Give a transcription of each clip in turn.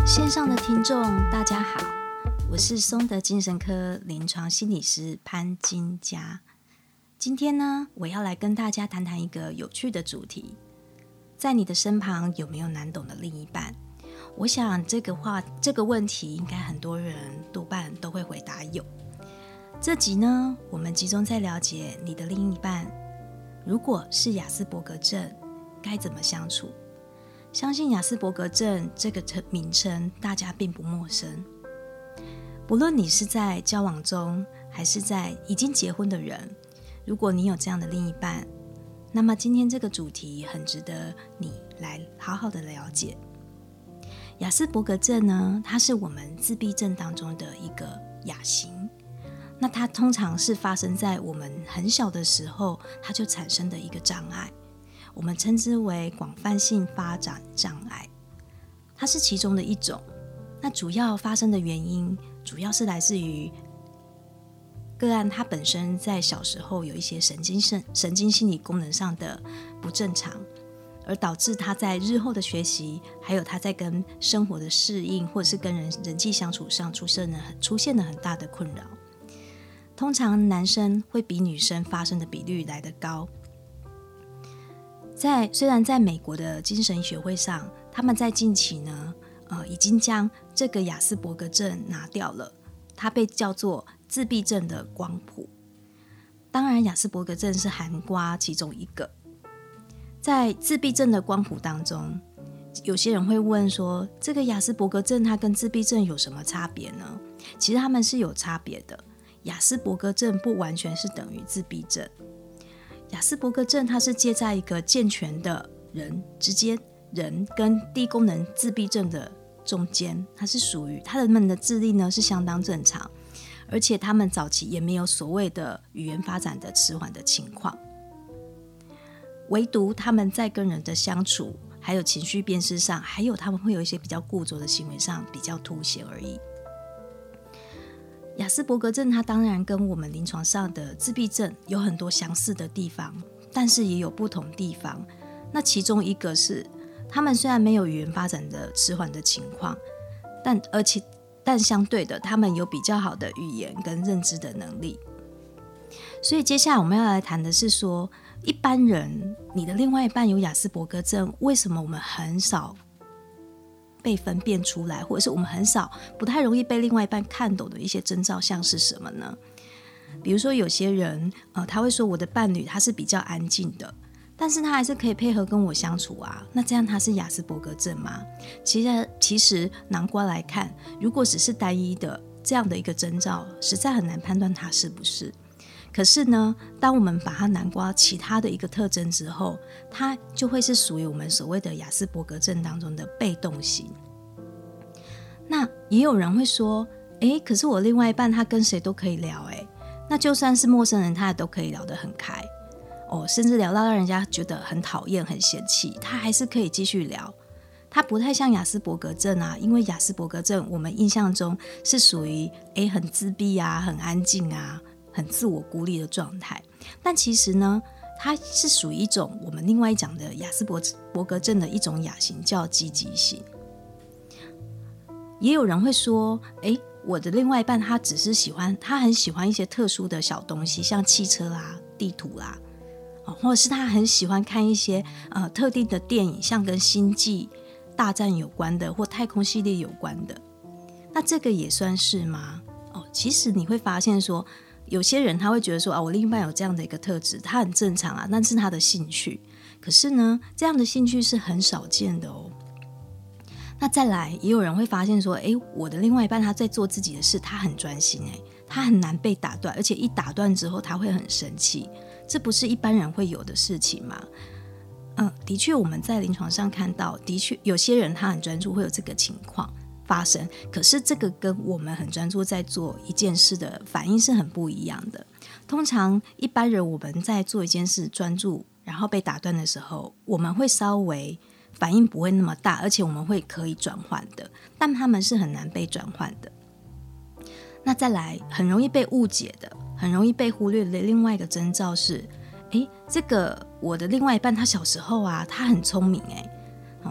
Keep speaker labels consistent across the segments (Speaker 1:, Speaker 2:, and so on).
Speaker 1: 线上的听众大家好，我是松德精神科临床心理师潘金嘉。今天呢，我要来跟大家谈谈一个有趣的主题，在你的身旁有没有难懂的另一半？我想这个问题应该很多人多半都会回答有。这集呢，我们集中在了解你的另一半如果是亚斯伯格症该怎么相处。相信亚斯伯格症这个名称大家并不陌生，不论你是在交往中还是在已经结婚的人，如果你有这样的另一半，那么今天这个主题很值得你来好好的了解。亚斯伯格症呢，它是我们自闭症当中的一个亚型，那它通常是发生在我们很小的时候它就产生的一个障碍，我们称之为广泛性发展障碍，它是其中的一种。那主要发生的原因主要是来自于个案他本身在小时候有一些神经心理功能上的不正常，而导致他在日后的学习还有他在跟生活的适应或者是跟人际相处上出现了很大的困扰。通常男生会比女生发生的比率来得高。虽然在美国的精神学会上，他们在近期呢，已经将这个亚斯伯格症拿掉了，它被叫做自闭症的光谱。当然，亚斯伯格症是涵括其中一个。在自闭症的光谱当中，有些人会问说，这个亚斯伯格症它跟自闭症有什么差别呢？其实他们是有差别的。亚斯伯格症不完全是等于自闭症。亚斯伯格症它是介在一个健全的人之间，人跟低功能自闭症的中间，它是属于他们的智力呢是相当正常，而且他们早期也没有所谓的语言发展的迟缓的情况，唯独他们在跟人的相处还有情绪辨识上，还有他们会有一些比较固着的行为上比较凸显而已。亚斯伯格症它当然跟我们临床上的自闭症有很多相似的地方，但是也有不同地方。那其中一个是他们虽然没有语言发展的迟缓的情况，但相对的他们有比较好的语言跟认知的能力。所以接下来我们要来谈的是说，一般人你的另外一半有亚斯伯格症，为什么我们很少被分辨出来，或者是我们不太容易被另外一半看懂的一些征兆像是什么呢？比如说有些人他会说我的伴侣他是比较安静的，但是他还是可以配合跟我相处啊，那这样他是亚斯伯格症吗？其实囊括来看，如果只是单一的这样的一个征兆，实在很难判断他是不是。可是呢，当我们把它囊括其他的一个特征之后，它就会是属于我们所谓的亚斯伯格症当中的被动型。那也有人会说，可是我另外一半他跟谁都可以聊，那就算是陌生人他也都可以聊得很开，甚至聊到让人家觉得很讨厌很嫌弃，他还是可以继续聊。他不太像亚斯伯格症啊，因为亚斯伯格症我们印象中是属于很自闭啊，很安静啊，很自我孤立的状态。但其实呢，它是属于一种我们另外讲的亚斯伯格症的一种亚型，叫积极型。也有人会说，我的另外一半他很喜欢一些特殊的小东西，像汽车啦、地图啦，或者是他很喜欢看一些特定的电影，像跟星际大战有关的或太空系列有关的。那这个也算是吗？其实你会发现说，有些人他会觉得说，我另一半有这样的一个特质，他很正常啊，那是他的兴趣。可是呢，这样的兴趣是很少见的哦。那再来，也有人会发现说，我的另外一半他在做自己的事，他很专心，他很难被打断，而且一打断之后他会很生气，这不是一般人会有的事情吗？的确我们在临床上看到，的确有些人他很专注会有这个情况发生，可是这个跟我们很专注在做一件事的反应是很不一样的。通常一般人我们在做一件事专注然后被打断的时候，我们会稍微反应不会那么大，而且我们会可以转换的，但他们是很难被转换的。那再来，很容易被误解的，很容易被忽略的另外一个征兆是，这个我的另外一半他小时候啊，他很聪明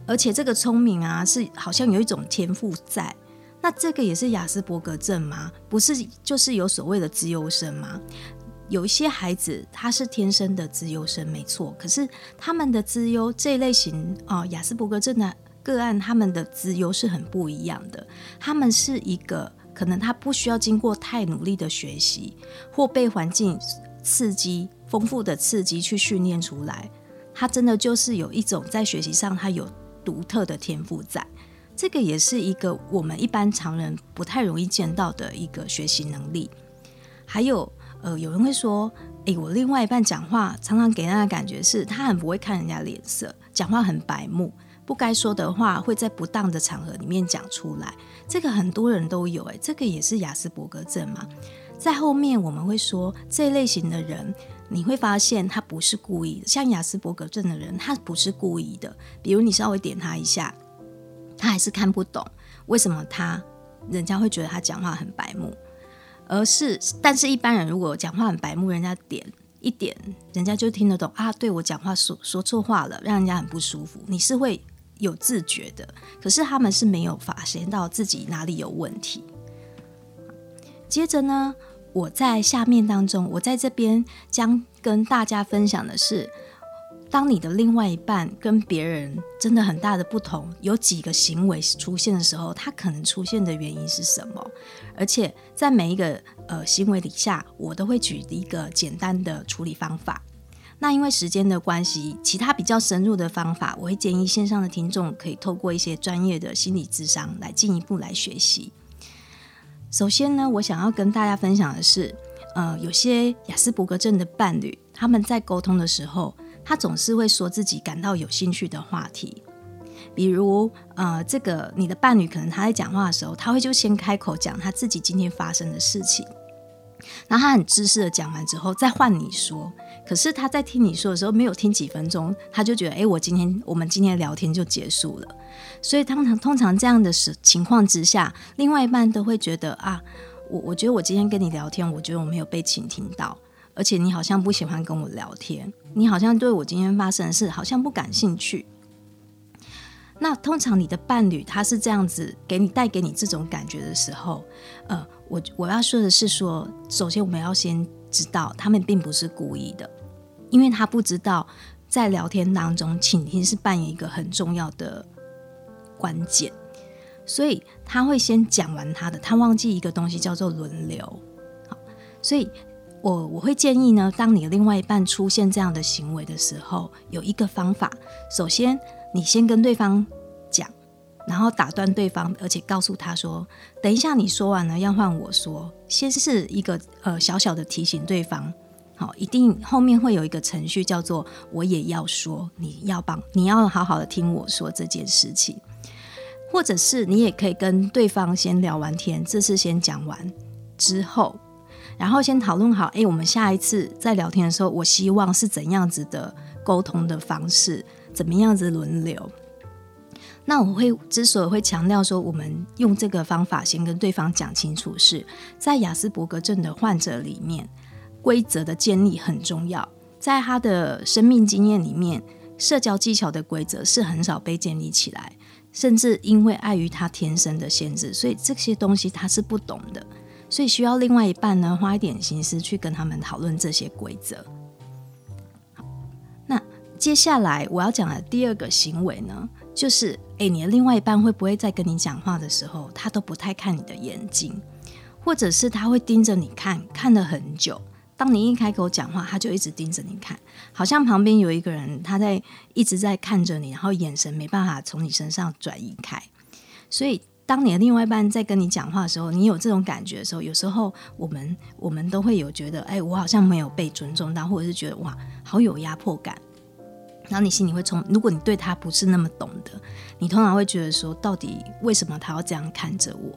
Speaker 1: 而且这个聪明啊是好像有一种天赋在。那这个也是亚斯伯格症吗？不是，就是有所谓的资优生吗？有一些孩子他是天生的资优生没错，可是他们的资优这一类型亚斯伯格症的个案，他们的资优是很不一样的。他们是一个可能他不需要经过太努力的学习，或被环境刺激丰富的刺激去训练出来，他真的就是有一种在学习上他有独特的天赋在。这个也是一个我们一般常人不太容易见到的一个学习能力。还有有人会说我另外一半讲话常常给人的感觉是他很不会看人家脸色，讲话很白目，不该说的话会在不当的场合里面讲出来。这个很多人都有这个也是亚斯伯格症嘛。在后面我们会说这一类型的人，你会发现他不是故意的，像亚斯伯格症的人他不是故意的，比如你稍微点他一下，他还是看不懂为什么人家会觉得他讲话很白目，但是一般人如果讲话很白目，人家点一点人家就听得懂啊，对，我讲话说错话了，让人家很不舒服，你是会有自觉的。可是他们是没有发现到自己哪里有问题。接着呢，我在下面当中，我在这边将跟大家分享的是，当你的另外一半跟别人真的很大的不同，有几个行为出现的时候，它可能出现的原因是什么？而且在每一个行为底下，我都会举一个简单的处理方法。那因为时间的关系，其他比较深入的方法，我会建议线上的听众可以透过一些专业的心理咨商来进一步来学习。首先呢，我想要跟大家分享的是，有些亚斯伯格症的伴侣，他们在沟通的时候，他总是会说自己感到有兴趣的话题。比如这个你的伴侣可能他在讲话的时候，他会就先开口讲他自己今天发生的事情，然后他很知识的讲完之后再换你说。可是他在听你说的时候没有听几分钟，他就觉得我们今天的聊天就结束了。所以通常这样的情况之下，另外一半都会觉得我觉得我今天跟你聊天，我觉得我没有被倾听到，而且你好像不喜欢跟我聊天，你好像对我今天发生的事好像不感兴趣。那通常你的伴侣他是这样子带给你这种感觉的时候，我要说的是说，首先我们要先知道他们并不是故意的，因为他不知道在聊天当中倾听是扮演一个很重要的关键，所以他会先讲完他忘记一个东西叫做轮流。好，所以我会建议呢，当你的另外一半出现这样的行为的时候，有一个方法，首先你先跟对方讲，然后打断对方，而且告诉他说等一下你说完了要换我说，先是一个小小的提醒对方。好，一定后面会有一个程序叫做我也要说，你要好好的听我说这件事情。或者是你也可以跟对方先聊完天，这次先讲完之后，然后先讨论好我们下一次在聊天的时候，我希望是怎样子的沟通的方式，怎么样子轮流。那我之所以会强调说我们用这个方法先跟对方讲清楚，是在亚斯伯格症的患者里面，规则的建立很重要。在他的生命经验里面，社交技巧的规则是很少被建立起来，甚至因为碍于他天生的限制，所以这些东西他是不懂的，所以需要另外一半呢花一点心思去跟他们讨论这些规则。好，那接下来我要讲的第二个行为呢，就是你的另外一半会不会在跟你讲话的时候，他都不太看你的眼睛，或者是他会盯着你看了很久，当你一开口讲话，他就一直盯着你看，好像旁边有一个人他一直在看着你，然后眼神没办法从你身上转移开。所以当你的另外一半在跟你讲话的时候，你有这种感觉的时候，有时候我们都会有觉得我好像没有被尊重到，或者是觉得哇好有压迫感。然后你心里会如果你对他不是那么懂得，你通常会觉得说到底为什么他要这样看着我。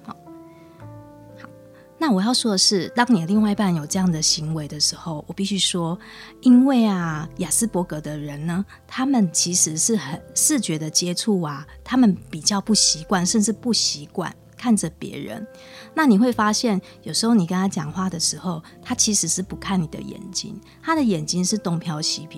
Speaker 1: 那我要说的是，当你的另外一半有这样的行为的时候，我必须说，因为亚斯伯格的人呢，他们其实是很视觉的接触他们比较不习惯，甚至不习惯看着别人。那你会发现有时候你跟他讲话的时候，他其实是不看你的眼睛，他的眼睛是东飘西飘，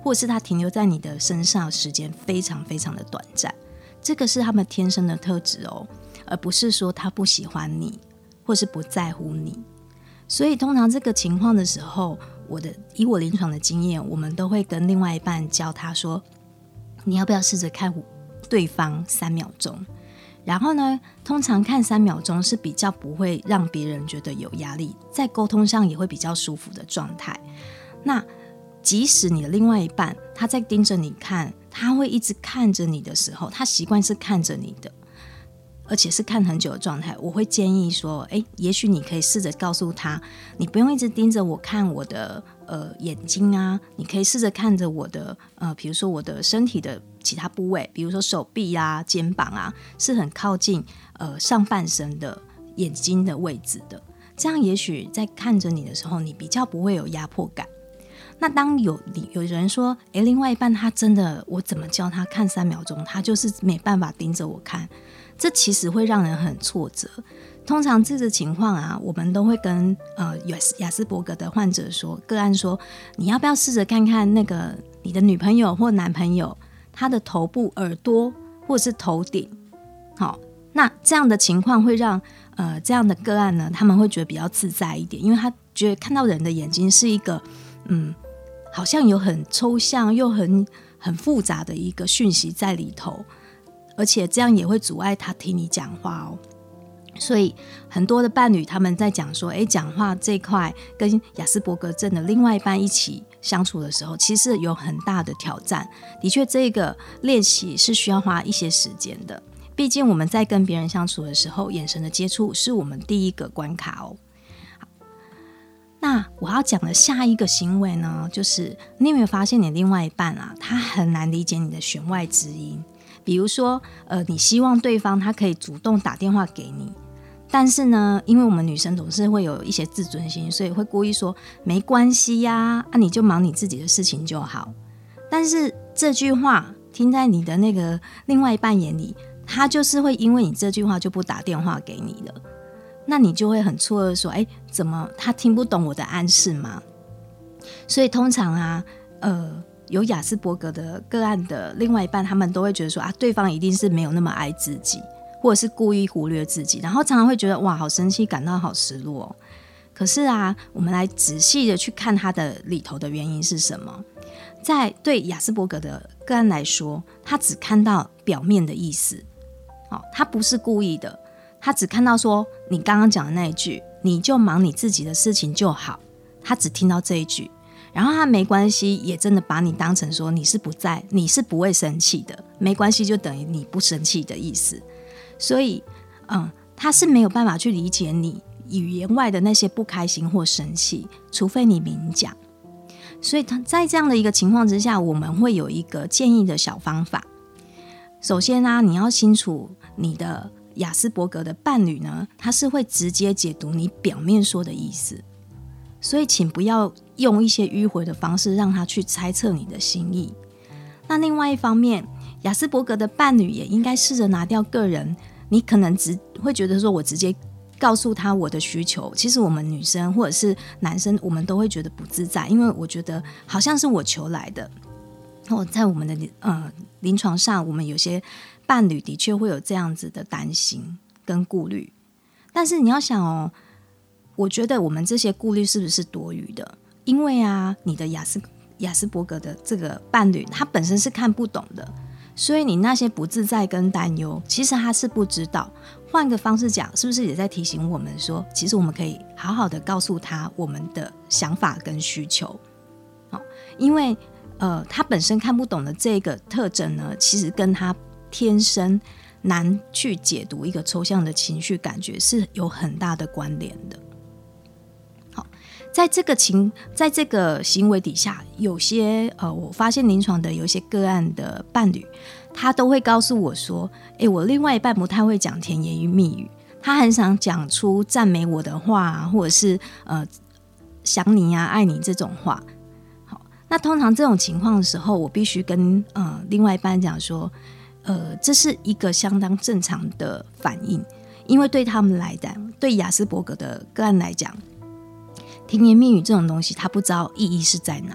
Speaker 1: 或者是他停留在你的身上的时间非常非常的短暂，这个是他们天生的特质哦，而不是说他不喜欢你或是不在乎你。所以通常这个情况的时候，以我临床的经验，我们都会跟另外一半教他说，你要不要试着看对方3秒钟，然后呢，通常看3秒钟是比较不会让别人觉得有压力，在沟通上也会比较舒服的状态。那即使你的另外一半他在盯着你看，他会一直看着你的时候，他习惯是看着你的，而且是看很久的状态，我会建议说，也许你可以试着告诉他，你不用一直盯着我看我的眼睛啊，你可以试着看着我的比如说我的身体的其他部位，比如说手臂啊、肩膀啊，是很靠近上半身的眼睛的位置的，这样也许在看着你的时候，你比较不会有压迫感。那当有人说，另外一半他真的，我怎么教他看3秒钟，他就是没办法盯着我看，这其实会让人很挫折。通常这个情况啊，我们都会跟亚斯伯格的患者说，个案说，你要不要试着看看那个你的女朋友或男朋友，他的头部、耳朵或者是头顶，好，那这样的情况会让这样的个案呢，他们会觉得比较自在一点，因为他觉得看到人的眼睛是一个好像有很抽象又很复杂的一个讯息在里头，而且这样也会阻碍他听你讲话哦。所以很多的伴侣他们在讲说，讲话这一块跟亚斯伯格症的另外一半一起相处的时候，其实有很大的挑战。的确，这个练习是需要花一些时间的，毕竟我们在跟别人相处的时候，眼神的接触是我们第一个关卡哦。那我要讲的下一个行为呢，就是你有没有发现你另外一半啊，他很难理解你的弦外之音。比如说你希望对方他可以主动打电话给你，但是呢，因为我们女生总是会有一些自尊心，所以会故意说没关系呀，你就忙你自己的事情就好。但是这句话听在你的那个另外一半眼里，他就是会因为你这句话就不打电话给你了，那你就会很错愕说，怎么他听不懂我的暗示吗？所以通常啊有亚斯伯格的个案的另外一半，他们都会觉得说对方一定是没有那么爱自己，或者是故意忽略自己，然后常常会觉得哇好生气，感到好失落哦。可是啊，我们来仔细的去看他的里头的原因是什么。在对亚斯伯格的个案来说，他只看到表面的意思，他不是故意的，他只看到说你刚刚讲的那一句，你就忙你自己的事情就好，他只听到这一句，然后他没关系，也真的把你当成说你是不会生气的，没关系就等于你不生气的意思。所以他是没有办法去理解你语言外的那些不开心或生气，除非你明讲。所以在这样的一个情况之下，我们会有一个建议的小方法。首先啊，你要清楚你的亚斯伯格的伴侣呢，他是会直接解读你表面说的意思，所以请不要用一些迂回的方式让他去猜测你的心意。那另外一方面，亚斯伯格的伴侣也应该试着拿掉个人，你可能只会觉得说我直接告诉他我的需求，其实我们女生或者是男生，我们都会觉得不自在，因为我觉得好像是我求来的。在我们的临床上，我们有些伴侣的确会有这样子的担心跟顾虑，但是你要想哦，我觉得我们这些顾虑是不是多余的？因为啊，你的亚斯伯格的这个伴侣，他本身是看不懂的，所以你那些不自在跟担忧，其实他是不知道。换个方式讲，是不是也在提醒我们说，其实我们可以好好的告诉他我们的想法跟需求。因为他本身看不懂的这个特征呢，其实跟他天生难去解读一个抽象的情绪感觉是有很大的关联的。好，在这个行为底下，有些我发现临床的有一些个案的伴侣，他都会告诉我说，我另外一半不太会讲甜言蜜语，他很想讲出赞美我的话，或者是想你啊、爱你这种话。好，那通常这种情况的时候，我必须跟另外一半讲说，这是一个相当正常的反应，因为对他们来讲，对亚斯伯格的个案来讲，甜言蜜语这种东西他不知道意义是在哪，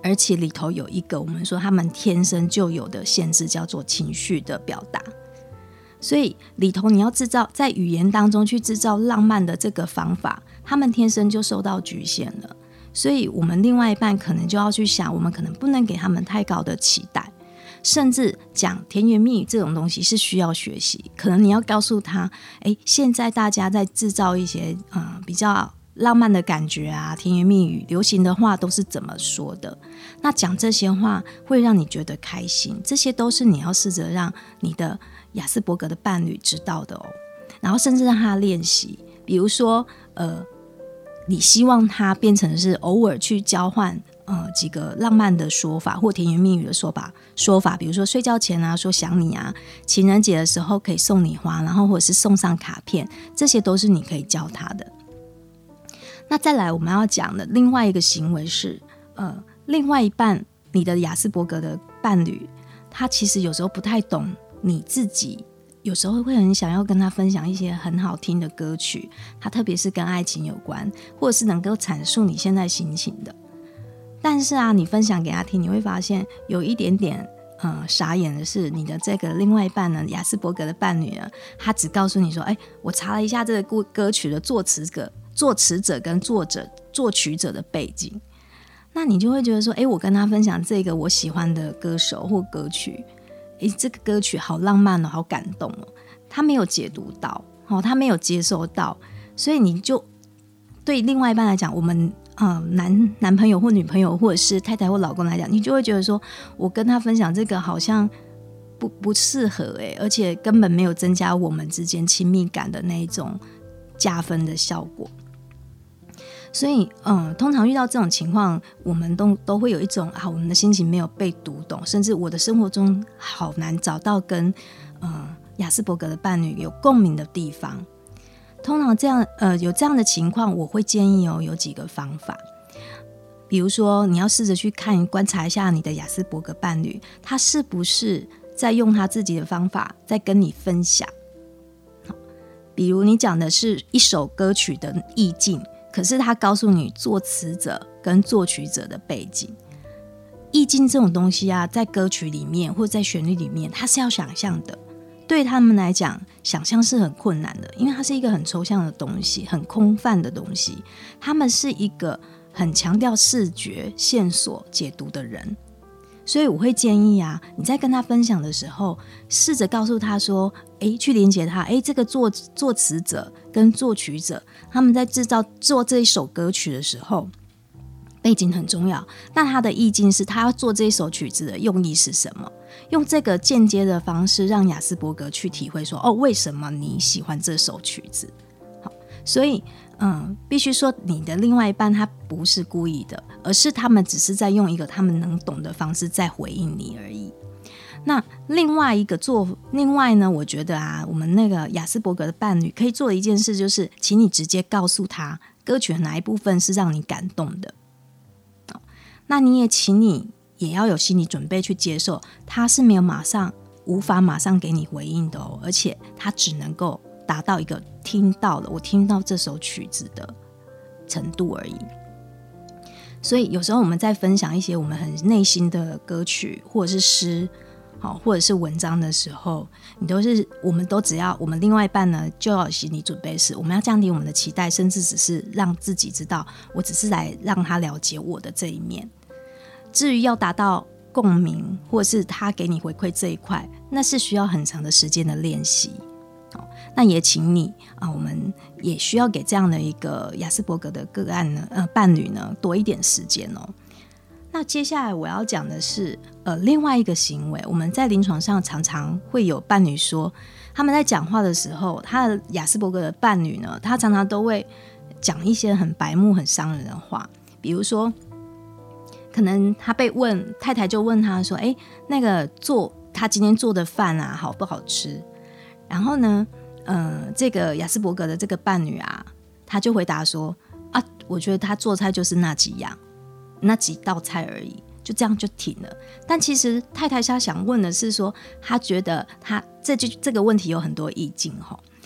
Speaker 1: 而且里头有一个我们说他们天生就有的限制，叫做情绪的表达。所以里头你要制造在语言当中去制造浪漫的这个方法，他们天生就受到局限了。所以我们另外一半可能就要去想，我们可能不能给他们太高的期待，甚至讲甜言蜜语这种东西是需要学习。可能你要告诉他，现在大家在制造一些比较浪漫的感觉啊，甜言蜜语流行的话都是怎么说的，那讲这些话会让你觉得开心，这些都是你要试着让你的亚斯伯格的伴侣知道的哦。然后甚至让他练习，比如说你希望他变成是偶尔去交换几个浪漫的说法或甜言蜜语的说法，比如说睡觉前啊说想你啊，情人节的时候可以送你花，然后或者是送上卡片，这些都是你可以教他的。那再来我们要讲的另外一个行为是另外一半，你的亚斯伯格的伴侣，他其实有时候不太懂你自己，有时候会很想要跟他分享一些很好听的歌曲，他特别是跟爱情有关，或者是能够阐述你现在心情的。但是啊，你分享给他听，你会发现有一点点傻眼的是，你的这个另外一半呢，亚斯伯格的伴侣呢，他只告诉你说，我查了一下这个歌曲的作词者跟作曲者的背景。那你就会觉得说，我跟他分享这个我喜欢的歌手或歌曲，这个歌曲好浪漫哦，好感动哦，他没有解读到，他没有接收到，所以你就对另外一半来讲，我们男朋友或女朋友或者是太太或老公来讲，你就会觉得说，我跟他分享这个好像不适合而且根本没有增加我们之间亲密感的那一种加分的效果。所以通常遇到这种情况，我们都会有一种我们的心情没有被读懂，甚至我的生活中好难找到跟亚斯伯格的伴侣有共鸣的地方。通常有这样的情况，我会建议有几个方法。比如说你要试着去观察一下你的亚斯伯格伴侣，他是不是在用他自己的方法在跟你分享。比如你讲的是一首歌曲的意境，可是他告诉你作词者跟作曲者的背景。意境这种东西啊，在歌曲里面或者在旋律里面，它是要想象的。对他们来讲，想象是很困难的，因为它是一个很抽象的东西，很空泛的东西。他们是一个很强调视觉线索解读的人，所以我会建议啊，你在跟他分享的时候，试着告诉他说，去连接他，这个作词者跟作曲者，他们在做这一首歌曲的时候，背景很重要。那他的意境是他要做这一首曲子的用意是什么？用这个间接的方式，让亚斯伯格去体会说，为什么你喜欢这首曲子？好，所以必须说你的另外一半他不是故意的，而是他们只是在用一个他们能懂的方式在回应你而已。那另外呢，我觉得啊，我们那个亚斯伯格的伴侣可以做的一件事，就是请你直接告诉他歌曲的哪一部分是让你感动的。那你也要有心理准备去接受，他是无法马上给你回应的哦，而且他只能够达到一个我听到这首曲子的程度而已。所以有时候我们在分享一些我们很内心的歌曲或者是诗或者是文章的时候，我们另外一半呢就要有心理准备，是我们要降低我们的期待，甚至只是让自己知道，我只是来让他了解我的这一面。至于要达到共鸣或是他给你回馈这一块，那是需要很长的时间的练习。那也请你我们也需要给这样的一个亚斯伯格的个案呢伴侣呢多一点时间哦。那接下来我要讲的是另外一个行为，我们在临床上常常会有伴侣说，他们在讲话的时候，他的亚斯伯格的伴侣呢，他常常都会讲一些很白目很伤人的话。比如说可能他被问，太太就问他说，那个他今天做的饭啊好不好吃？然后呢这个亚斯伯格的这个伴侣啊，他就回答说，我觉得他做菜就是那几道菜而已，就这样就停了。但其实太太想问的是说，他觉得他这个问题有很多意境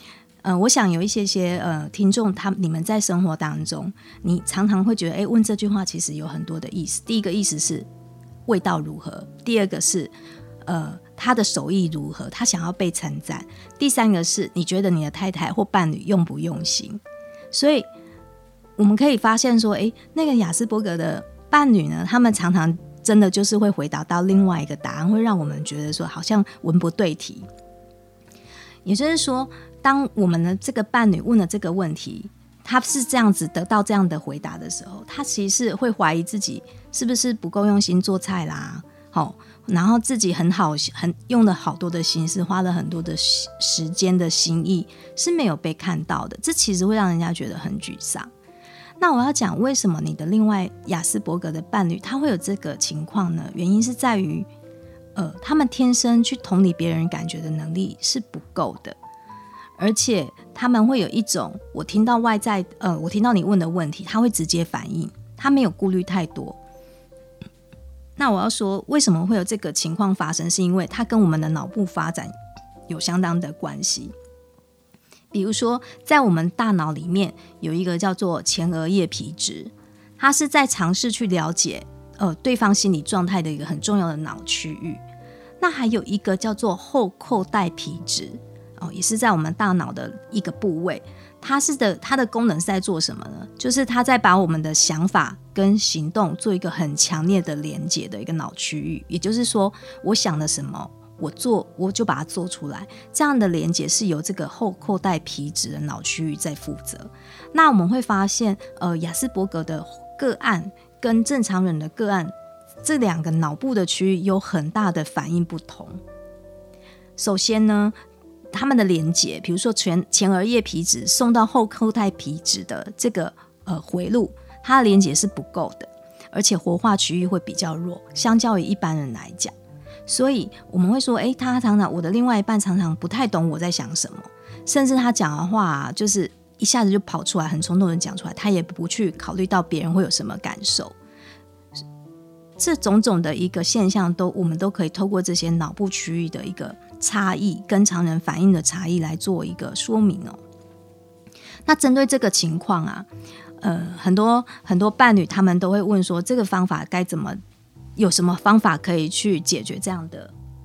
Speaker 1: 我想有一些听众，你们在生活当中，你常常会觉得，问这句话其实有很多的意思。第一个意思是味道如何，第二个是他的手艺如何，他想要被称赞，第三个是你觉得你的太太或伴侣用不用心。所以我们可以发现说，那个亚斯伯格的伴侣呢，他们常常真的就是会回答到另外一个答案，会让我们觉得说好像文不对题。也就是说，当我们的这个伴侣问了这个问题，他是这样子得到这样的回答的时候，他其实是会怀疑自己是不是不够用心做菜啦，然后自己很用了好多的心思，花了很多的时间的心意是没有被看到的，这其实会让人家觉得很沮丧。那我要讲为什么你的另外亚斯伯格的伴侣他会有这个情况呢？原因是在于他们天生去同理别人感觉的能力是不够的，而且他们会有一种我听到你问的问题，他会直接反应，他没有顾虑太多。那我要说为什么会有这个情况发生，是因为它跟我们的脑部发展有相当的关系。比如说在我们大脑里面有一个叫做前额叶皮质，它是在尝试去了解对方心理状态的一个很重要的脑区域。那还有一个叫做后扣带皮质，也是在我们大脑的一个部位，它的功能是在做什么呢？就是它在把我们的想法跟行动做一个很强烈的连接的一个脑区域。也就是说，我想了什么，我就把它做出来，这样的连接是由这个后扣带皮质的脑区域在负责。那我们会发现亚斯伯格的个案跟正常人的个案，这两个脑部的区域有很大的反应不同。首先呢，他们的连接，比如说前额叶皮质送到后扣带皮质的这个回路，它的连接是不够的，而且活化区域会比较弱，相较于一般人来讲。所以我们会说，我的另外一半常常不太懂我在想什么，甚至他讲的话就是一下子就跑出来，很冲动的讲出来，他也不去考虑到别人会有什么感受。这种种的一个现象我们都可以透过这些脑部区域的一个差异跟常人反应的差异来做一个说明那针对这个情况很多伴侣他们都会问说，这个方法该怎么，有什么方法可以去解决这样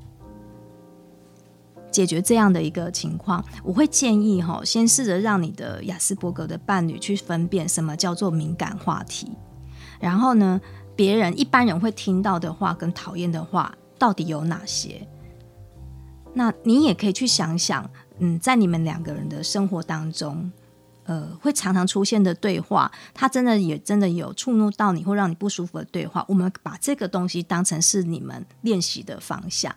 Speaker 1: 的一个情况。我会建议先试着让你的亚斯伯格的伴侣去分辨什么叫做敏感话题，然后呢，一般人会听到的话跟讨厌的话到底有哪些。那你也可以去想想在你们两个人的生活当中会常常出现的对话，它真的有触怒到你或让你不舒服的对话，我们把这个东西当成是你们练习的方向。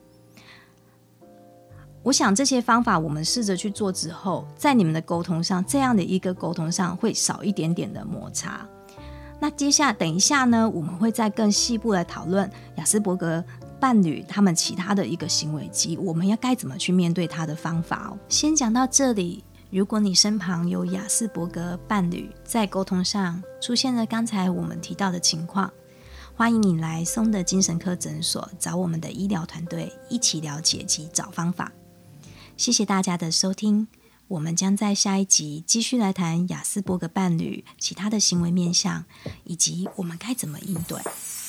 Speaker 1: 我想这些方法我们试着去做之后，在你们的沟通上，这样的一个沟通上会少一点点的摩擦。那等一下呢，我们会再更细部来讨论亚斯伯格伴侣他们其他的一个行为及我们该怎么去面对他的方法先讲到这里。如果你身旁有亚斯伯格伴侣，在沟通上出现了刚才我们提到的情况，欢迎你来松德精神科诊所找我们的医疗团队一起了解及找方法。谢谢大家的收听，我们将在下一集继续来谈亚斯伯格伴侣其他的行为面向，以及我们该怎么应对。